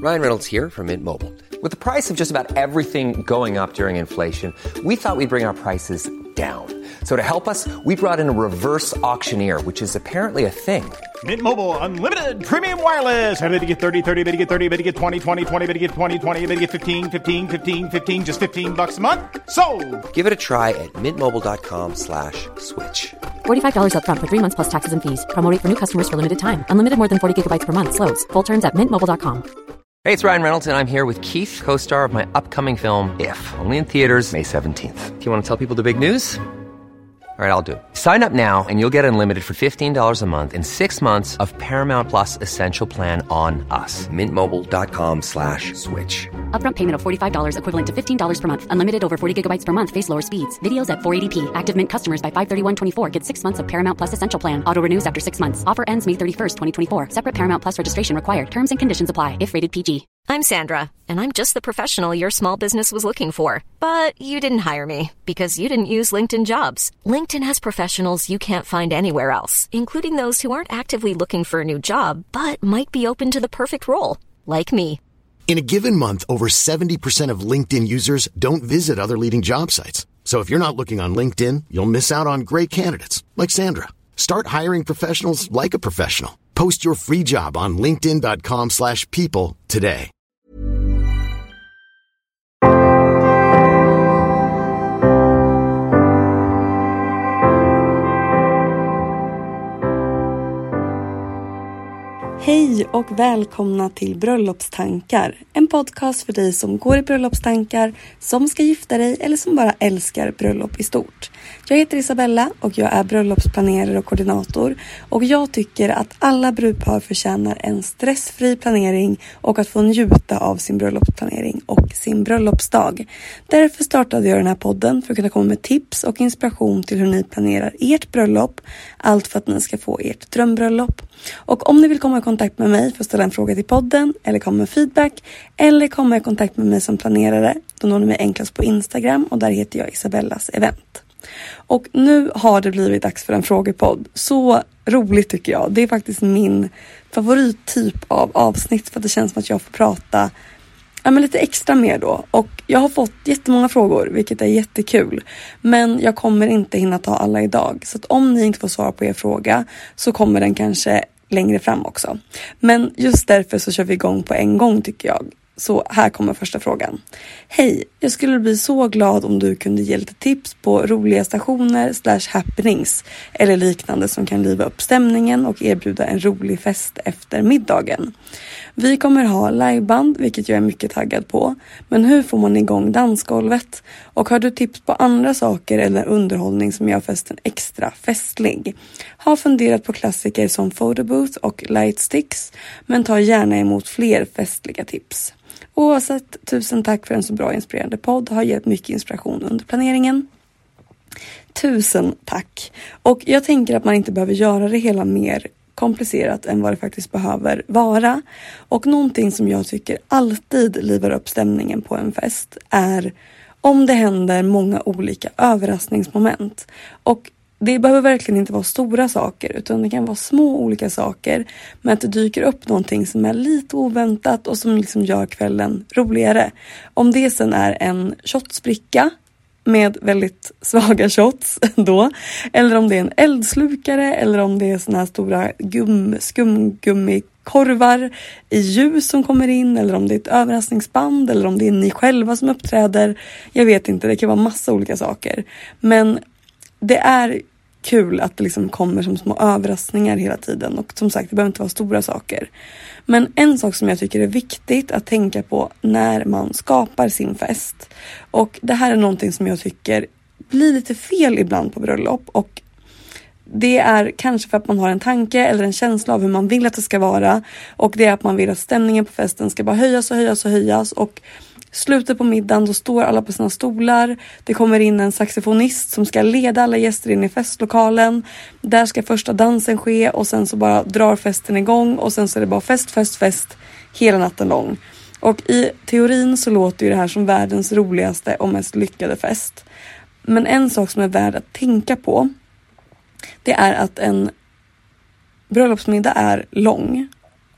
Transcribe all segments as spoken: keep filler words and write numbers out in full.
Ryan Reynolds here from Mint Mobile. With the price of just about everything going up during inflation, we thought we'd bring our prices down. So to help us, we brought in a reverse auctioneer, which is apparently a thing. Mint Mobile Unlimited Premium Wireless. How to get thirty, thirty, how to get thirty, how to get twenty, twenty, twenty, how to get twenty, twenty, how to get fifteen, fifteen, fifteen, fifteen, just fifteen bucks a month? Sold! Give it a try at mintmobile.com slash switch. forty-five dollars up front for three months plus taxes and fees. Promo rate for new customers for limited time. Unlimited more than forty gigabytes per month. Slows full terms at mint mobile dot com. Hey, it's Ryan Reynolds, and I'm here with Keith, co-star of my upcoming film, If, only in theaters May seventeenth. Do you want to tell people the big news? All right, I'll do it. Sign up now and you'll get unlimited for fifteen dollars a month and six months of Paramount Plus Essential Plan on us. Mintmobile.com slash switch. Upfront payment of forty-five dollars equivalent to fifteen dollars per month. Unlimited over forty gigabytes per month. Face lower speeds. Videos at four eighty p. Active Mint customers by five thirty-one twenty-four get six months of Paramount Plus Essential Plan. Auto renews after six months. Offer ends May thirty-first, twenty twenty-four. Separate Paramount Plus registration required. Terms and conditions apply if rated P G. I'm Sandra, and I'm just the professional your small business was looking for. But you didn't hire me because you didn't use LinkedIn Jobs. LinkedIn has professionals you can't find anywhere else, including those who aren't actively looking for a new job, but might be open to the perfect role, like me. In a given month, over seventy percent of LinkedIn users don't visit other leading job sites. So if you're not looking on LinkedIn, you'll miss out on great candidates like Sandra. Start hiring professionals like a professional. Post your free job on linkedin.com slash people today. Hej och välkomna till Bröllopstankar. En podcast för dig som går i bröllopstankar, som ska gifta dig eller som bara älskar bröllop i stort. Jag heter Isabella och jag är bröllopsplanerare och koordinator. Och jag tycker att alla brudpar förtjänar en stressfri planering och att få njuta av sin bröllopsplanering och sin bröllopsdag. Därför startade jag den här podden för att kunna komma med tips och inspiration till hur ni planerar ert bröllop. Allt för att ni ska få ert drömbröllop. Och om ni vill komma i kontakt med mig för att ställa en fråga till podden eller komma med feedback eller komma i kontakt med mig som planerare, då når ni mig enklast på Instagram och där heter jag Isabellas event. Och nu har det blivit dags för en frågepodd. Så roligt tycker jag. Det är faktiskt min favorittyp av avsnitt för att det känns som att jag får prata ja, men lite extra mer då. Och jag har fått jättemånga frågor, vilket är jättekul. Men jag kommer inte hinna ta alla idag. Så att om ni inte får svara på er fråga så kommer den kanske längre fram också. Men just därför så kör vi igång på en gång tycker jag. Så här kommer första frågan. Hej, jag skulle bli så glad om du kunde ge lite tips på roliga stationer slash happenings eller liknande som kan liva upp stämningen och erbjuda en rolig fest efter middagen. Vi kommer ha liveband, vilket jag är mycket taggad på. Men hur får man igång dansgolvet? Och har du tips på andra saker eller underhållning som gör festen extra festlig? Har funderat på klassiker som photobooth och lightsticks, men tar gärna emot fler festliga tips. Oavsett, tusen tack för en så bra inspirerande podd. Har gett mycket inspiration under planeringen. Tusen tack. Och jag tänker att man inte behöver göra det hela mer komplicerat än vad det faktiskt behöver vara. Och någonting som jag tycker alltid livar upp stämningen på en fest är om det händer många olika överraskningsmoment. Och det behöver verkligen inte vara stora saker utan det kan vara små olika saker. Men att det dyker upp någonting som är lite oväntat och som liksom gör kvällen roligare. Om det sen är en shotsbricka med väldigt svaga shots då. Eller om det är en eldslukare eller om det är såna här stora gum, skumgummikorvar i ljus som kommer in. Eller om det är ett överraskningsband eller om det är ni själva som uppträder. Jag vet inte, det kan vara massa olika saker. Men det är kul att det liksom kommer som små överraskningar hela tiden. Och som sagt, det behöver inte vara stora saker. Men en sak som jag tycker är viktigt att tänka på när man skapar sin fest. Och det här är någonting som jag tycker blir lite fel ibland på bröllop. Och det är kanske för att man har en tanke eller en känsla av hur man vill att det ska vara. Och det är att man vill att stämningen på festen ska bara höjas och höjas och höjas. Och slutet på middagen, då står alla på sina stolar. Det kommer in en saxofonist som ska leda alla gäster in i festlokalen. Där ska första dansen ske och sen så bara drar festen igång. Och sen så är det bara fest, fest, fest hela natten lång. Och i teorin så låter ju det här som världens roligaste och mest lyckade fest. Men en sak som är värd att tänka på, det är att en bröllopsmiddag är lång.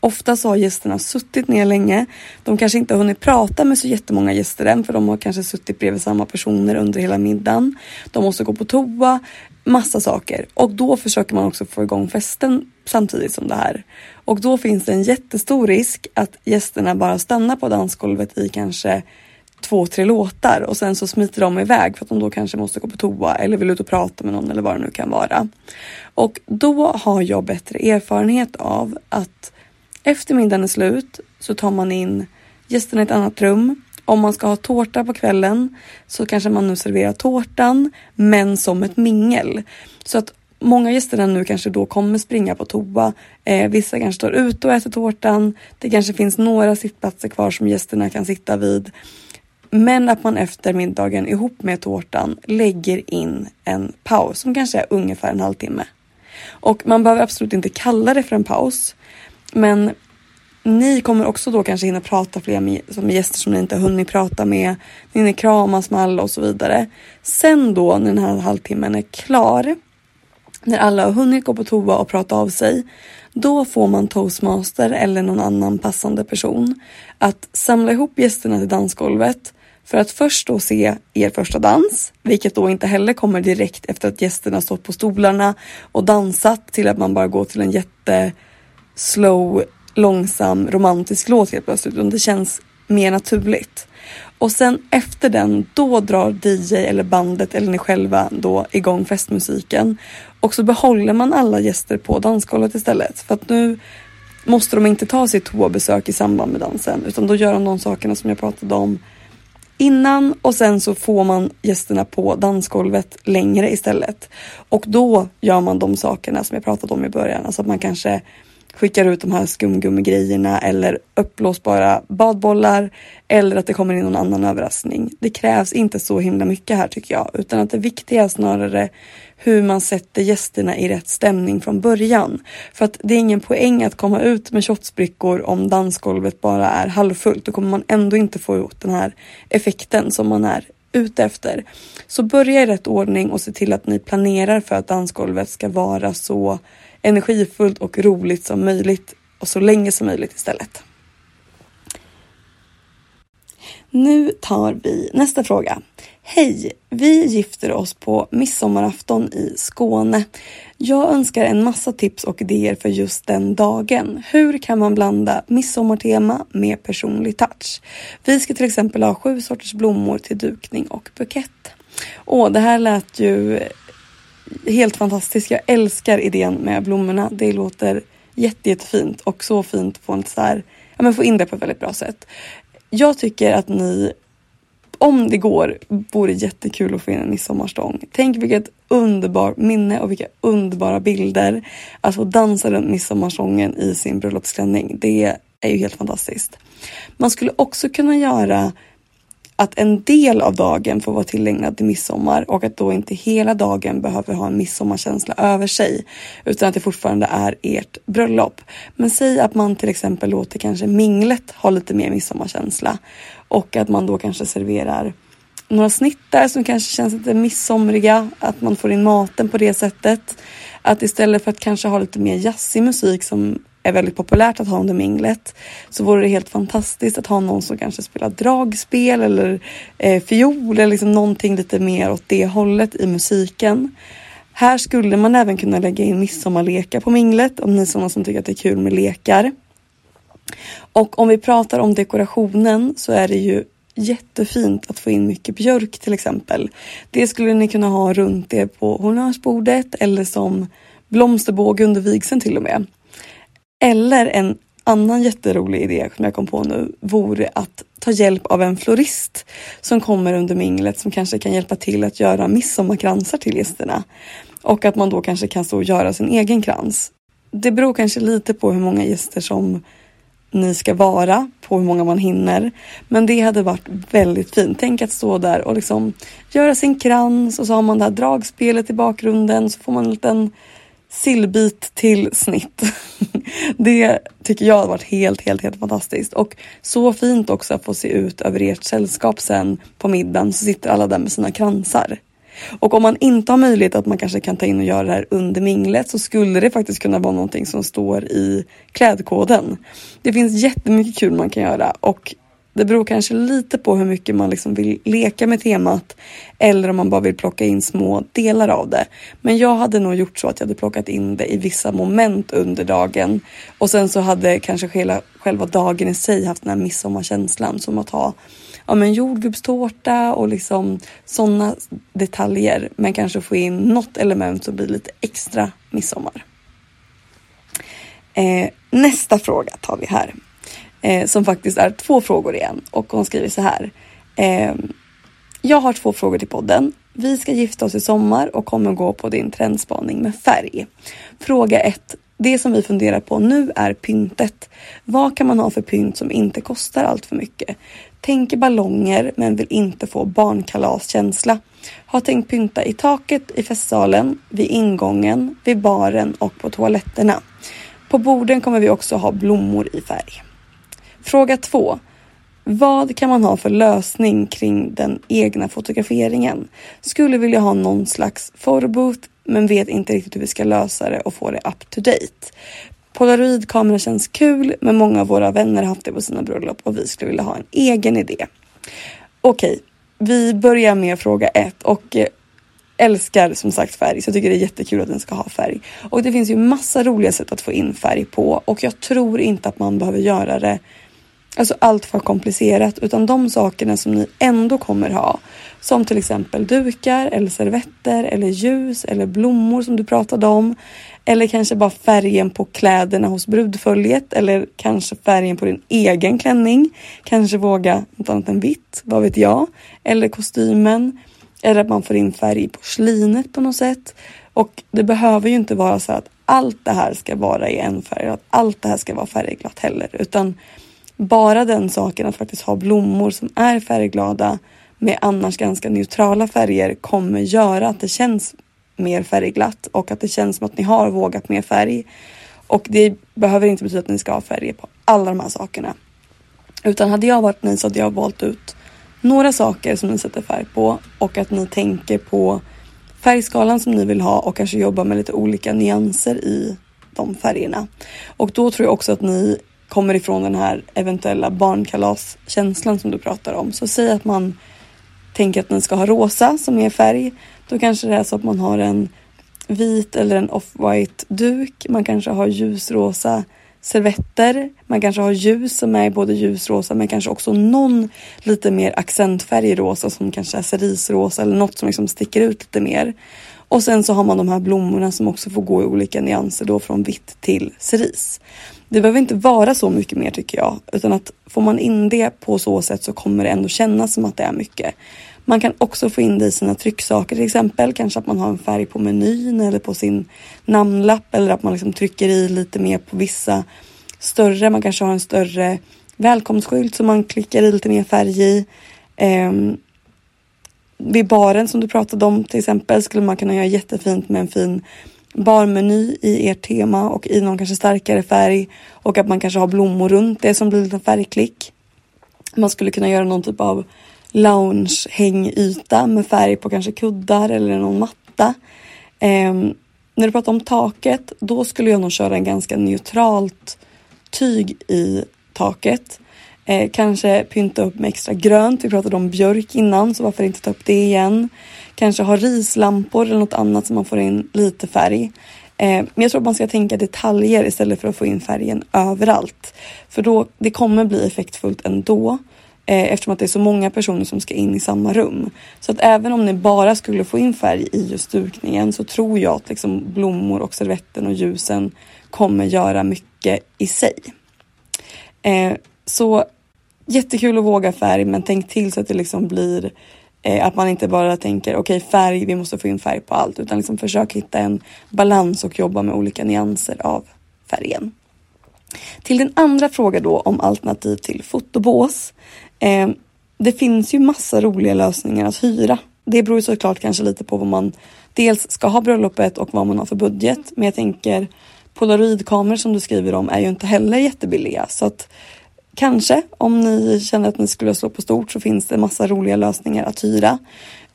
Ofta så har gästerna suttit ner länge. De kanske inte har hunnit prata med så jättemånga gäster än, för de har kanske suttit bredvid samma personer under hela middagen. De måste gå på toa, massa saker. Och då försöker man också få igång festen samtidigt som det här. Och då finns det en jättestor risk att gästerna bara stannar på dansgolvet i kanske två, tre låtar. Och sen så smiter de iväg för att de då kanske måste gå på toa eller vill ut och prata med någon eller vad det nu kan vara. Och då har jag bättre erfarenhet av att efter middagen är slut så tar man in gästerna i ett annat rum. Om man ska ha tårta på kvällen så kanske man nu serverar tårtan, men som ett mingel. Så att många gästerna nu kanske då kommer springa på toa. Eh, vissa kanske står ute och äter tårtan. Det kanske finns några sittplatser kvar som gästerna kan sitta vid. Men att man efter middagen ihop med tårtan lägger in en paus som kanske är ungefär en halvtimme. Och man behöver absolut inte kalla det för en paus. Men ni kommer också då kanske hinna prata fler med, som gäster som ni inte har hunnit prata med. Ni hinner kramas med alla och så vidare. Sen då när den här halvtimmen är klar, när alla har hunnit gå på toa och prata av sig, då får man toastmaster eller någon annan passande person att samla ihop gästerna till dansgolvet för att först då se er första dans, vilket då inte heller kommer direkt efter att gästerna stått på stolarna och dansat, till att man bara går till en jätte slow, långsam, romantisk låt helt plötsligt. Och det känns mer naturligt. Och sen efter den, då drar D J eller bandet eller ni själva då igång festmusiken. Och så behåller man alla gäster på dansgolvet istället. För att nu måste de inte ta sitt toabesök i samband med dansen. Utan då gör de de sakerna som jag pratade om innan. Och sen så får man gästerna på dansgolvet längre istället. Och då gör man de sakerna som jag pratade om i början. Alltså att man kanske skickar ut de här skumgummigrejerna eller uppblåsbara badbollar, eller att det kommer in någon annan överraskning. Det krävs inte så himla mycket här tycker jag, utan att det viktiga är snarare hur man sätter gästerna i rätt stämning från början. För att det är ingen poäng att komma ut med shotsbrickor om dansgolvet bara är halvfullt. Då kommer man ändå inte få ut den här effekten som man är ute efter. Så börja i rätt ordning och se till att ni planerar för att dansgolvet ska vara så energifullt och roligt som möjligt och så länge som möjligt istället. Nu tar vi nästa fråga. Hej, vi gifter oss på midsommarafton i Skåne. Jag önskar en massa tips och idéer för just den dagen. Hur kan man blanda midsommartema med personlig touch? Vi ska till exempel ha sju sorters blommor till dukning och bukett. Åh, det här lät ju helt fantastiskt. Jag älskar idén med blommorna. Det låter jätte, jättefint och så fint på en så här, ja, men få in det på ett väldigt bra sätt. Jag tycker att ni, om det går, vore jättekul att få in en midsommarstång. Tänk vilket underbart minne och vilka underbara bilder att få dansa runt midsommarstången i sin bröllopsklänning. Det är ju helt fantastiskt. Man skulle också kunna göra att en del av dagen får vara tillägnad till midsommar och att då inte hela dagen behöver ha en midsommarkänsla över sig, utan att det fortfarande är ert bröllop. Men säg att man till exempel låter kanske minglet ha lite mer midsommarkänsla och att man då kanske serverar några snittar som kanske känns lite midsomriga, att man får in maten på det sättet. Att istället för att kanske ha lite mer jazzig musik som är väldigt populärt att ha under minglet, så vore det helt fantastiskt att ha någon som kanske spelar dragspel eller eh, fiol eller liksom någonting lite mer åt det hållet i musiken. Här skulle man även kunna lägga in midsommarlekar på minglet, om ni är sådana som tycker att det är kul med lekar. Och om vi pratar om dekorationen så är det ju jättefint att få in mycket björk till exempel. Det skulle ni kunna ha runt er på honnörsbordet eller som blomsterbåge under vigseln till och med. Eller en annan jätterolig idé som jag kom på nu vore att ta hjälp av en florist som kommer under minglet, som kanske kan hjälpa till att göra midsommarkransar till gästerna. Och att man då kanske kan så göra sin egen krans. Det beror kanske lite på hur många gäster som ni ska vara, på hur många man hinner. Men det hade varit väldigt fint. Tänk att stå där och liksom göra sin krans, och så har man det här dragspelet i bakgrunden, så får man en liten sillbit till snitt. Det tycker jag har varit helt, helt, helt fantastiskt. Och så fint också att få se ut över ert sällskap sen på middagen, så sitter alla där med sina kransar. Och om man inte har möjlighet att man kanske kan ta in och göra det här under minglet, så skulle det faktiskt kunna vara någonting som står i klädkoden. Det finns jättemycket kul man kan göra, och det beror kanske lite på hur mycket man liksom vill leka med temat, eller om man bara vill plocka in små delar av det. Men jag hade nog gjort så att jag hade plockat in det i vissa moment under dagen, och sen så hade kanske själva, själva dagen i sig haft den här midsommarkänslan, som att ha ja, men jordgubbstårta och liksom sådana detaljer, men kanske få in något element som blir lite extra midsommar. Eh, nästa fråga tar vi här. Eh, som faktiskt är två frågor igen. Och hon skriver så här. Eh, jag har två frågor till podden. Vi ska gifta oss i sommar och kommer gå på din trendspaning med färg. Fråga ett. Det som vi funderar på nu är pyntet. Vad kan man ha för pynt som inte kostar allt för mycket? Tänker ballonger men vill inte få barnkalaskänsla. Har tänkt pynta i taket, i festsalen, vid ingången, vid baren och på toaletterna. På borden kommer vi också ha blommor i färg. Fråga två. Vad kan man ha för lösning kring den egna fotograferingen? Skulle vilja ha någon slags photobooth, men vet inte riktigt hur vi ska lösa det och få det up to date. Polaroidkamera känns kul, men många av våra vänner har haft det på sina bröllop och vi skulle vilja ha en egen idé. Okej, vi börjar med fråga ett, och älskar som sagt färg, så jag tycker det är jättekul att den ska ha färg. Och det finns ju massa roliga sätt att få in färg på, och jag tror inte att man behöver göra det alltså allt för komplicerat, utan de sakerna som ni ändå kommer ha, som till exempel dukar eller servetter eller ljus eller blommor som du pratade om, eller kanske bara färgen på kläderna hos brudföljet, eller kanske färgen på din egen klänning, kanske våga något annat än vitt, vad vet jag, eller kostymen, eller att man får in färg i porslinet på något sätt. Och det behöver ju inte vara så att allt det här ska vara i en färg, att allt det här ska vara färgglatt heller, utan bara den saken att faktiskt ha blommor som är färgglada med annars ganska neutrala färger kommer göra att det känns mer färgglatt, och att det känns som att ni har vågat mer färg. Och det behöver inte betyda att ni ska ha färger på alla de här sakerna, utan hade jag varit ni så hade jag valt ut några saker som ni sätter färg på, och att ni tänker på färgskalan som ni vill ha och kanske jobba med lite olika nyanser i de färgerna. Och då tror jag också att ni kommer ifrån den här eventuella barnkalaskänslan som du pratar om. Så säg att man tänker att ni ska ha rosa som är färg. Då kanske det är så att man har en vit eller en off-white duk. Man kanske har ljusrosa servetter. Man kanske har ljus som är både ljusrosa, men kanske också någon lite mer accentfärg i rosa som kanske är cerisrosa eller något som liksom sticker ut lite mer. Och sen så har man de här blommorna som också får gå i olika nyanser, då från vitt till ceris. Det behöver inte vara så mycket mer tycker jag, utan att får man in det på så sätt så kommer det ändå kännas som att det är mycket. Man kan också få in det i sina trycksaker till exempel. Kanske att man har en färg på menyn eller på sin namnlapp, eller att man liksom trycker i lite mer på vissa större. Man kanske har en större välkomstskylt som man klickar i lite mer färg i. Ehm, vid baren som du pratade om till exempel skulle man kunna göra jättefint med en fin barmeny i ert tema och i någon kanske starkare färg, och att man kanske har blommor runt det som blir en liten färgklick. Man skulle kunna göra någon typ av lounge-hängyta med färg på kanske kuddar eller någon matta. Eh, när du pratar om taket, då skulle jag nog köra en ganska neutralt tyg i taket. Eh, kanske pynta upp med extra grönt. Vi pratade om björk innan, så varför inte ta upp det igen. Kanske ha rislampor eller något annat som man får in lite färg. Eh, men jag tror att man ska tänka detaljer istället för att få in färgen överallt. För då, det kommer bli effektfullt ändå. Eh, eftersom att det är så många personer som ska in i samma rum. Så att även om ni bara skulle få in färg i just dukningen, så tror jag att liksom blommor och servetten och ljusen kommer göra mycket i sig. Eh, så jättekul att våga färg, men tänk till så att det liksom blir eh, att man inte bara tänker okej, okay, färg, vi måste få in färg på allt, utan liksom försök hitta en balans och jobba med olika nyanser av färgen. Till den andra frågan då om alternativ till fotobås. Eh, det finns ju massa roliga lösningar att hyra. Det beror ju såklart kanske lite på vad man dels ska ha bröllopet och vad man har för budget. Men jag tänker polaroidkameror som du skriver om är ju inte heller jättebilliga. Så att kanske om ni känner att ni skulle slå på stort, så finns det massa roliga lösningar att hyra. Eh,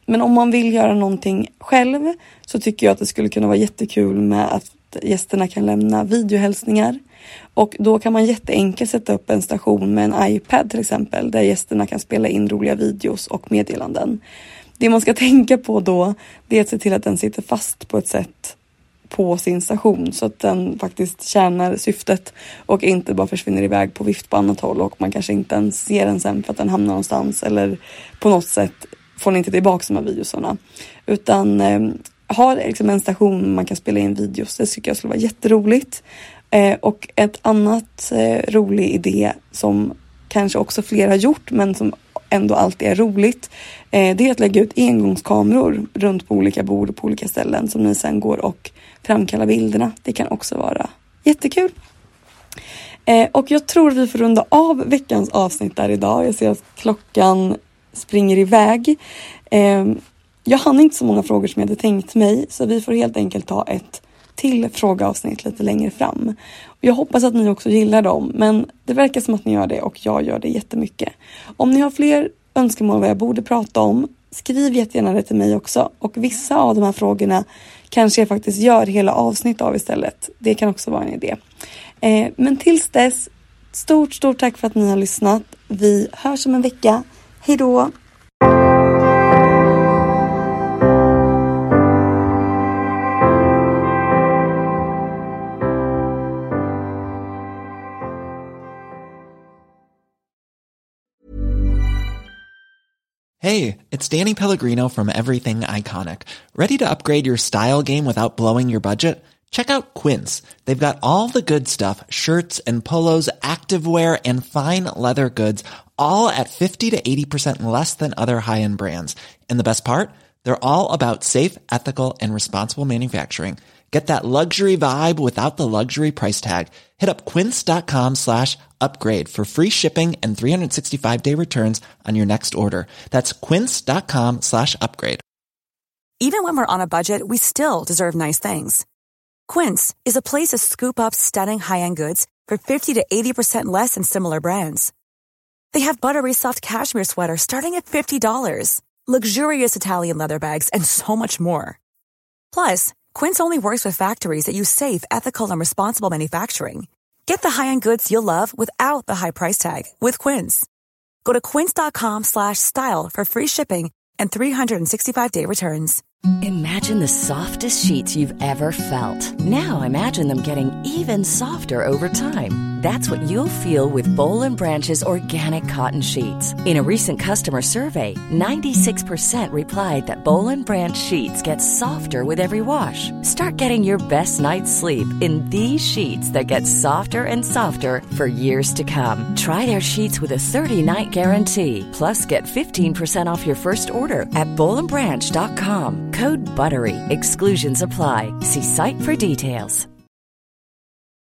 Men om man vill göra någonting själv så tycker jag att det skulle kunna vara jättekul med att gästerna kan lämna videohälsningar. Och då kan man jätteenkelt sätta upp en station med en iPad till exempel, där gästerna kan spela in roliga videos och meddelanden. Det man ska tänka på då, det är att se till att den sitter fast på ett sätt på sin station så att den faktiskt tjänar syftet och inte bara försvinner iväg på vift på annat håll och man kanske inte ens ser den sen för att den hamnar någonstans eller på något sätt får ni inte tillbaka de här videosarna. Utan eh, ha liksom en station man kan spela in videos, det tycker jag skulle vara jätteroligt. Eh, och ett annat eh, rolig idé som kanske också fler har gjort men som ändå alltid är roligt, eh, det är att lägga ut engångskameror runt på olika bord och på olika ställen som ni sen går och framkallar bilderna. Det kan också vara jättekul. Eh, och jag tror vi får runda av veckans avsnitt där idag. Jag ser att klockan springer iväg. Eh, jag hann inte så många frågor som jag hade tänkt mig, så vi får helt enkelt ta ett till frågeavsnitt lite längre fram. Jag hoppas att ni också gillar dem, men det verkar som att ni gör det och jag gör det jättemycket. Om ni har fler önskemål vad jag borde prata om, skriv jättegärna det till mig också. Och vissa av de här frågorna kanske jag faktiskt gör hela avsnitt av istället. Det kan också vara en idé. Eh, men tills dess, stort, stort tack för att ni har lyssnat. Vi hörs om en vecka. Hej då! Hey, it's Danny Pellegrino from Everything Iconic. Ready to upgrade your style game without blowing your budget? Check out Quince. They've got all the good stuff, shirts and polos, activewear and fine leather goods, all at fifty to eighty percent less than other high-end brands. And the best part? They're all about safe, ethical and responsible manufacturing. Get that luxury vibe without the luxury price tag. Hit up quince.com slash upgrade for free shipping and three sixty-five day returns on your next order. That's quince.com slash upgrade. Even when we're on a budget, we still deserve nice things. Quince is a place to scoop up stunning high-end goods for fifty to eighty percent less than similar brands. They have buttery soft cashmere sweaters starting at fifty dollars, luxurious Italian leather bags, and so much more. Plus, Quince only works with factories that use safe, ethical, and responsible manufacturing. Get the high-end goods you'll love without the high price tag with Quince. Go to quince.com slash style for free shipping and three sixty-five day returns. Imagine the softest sheets you've ever felt. Now imagine them getting even softer over time. That's what you'll feel with Boll and Branch's organic cotton sheets. In a recent customer survey, ninety-six percent replied that Boll and Branch sheets get softer with every wash. Start getting your best night's sleep in these sheets that get softer and softer for years to come. Try their sheets with a thirty night guarantee. Plus, get fifteen percent off your first order at boll and branch dot com. Code BUTTERY. Exclusions apply. See site for details.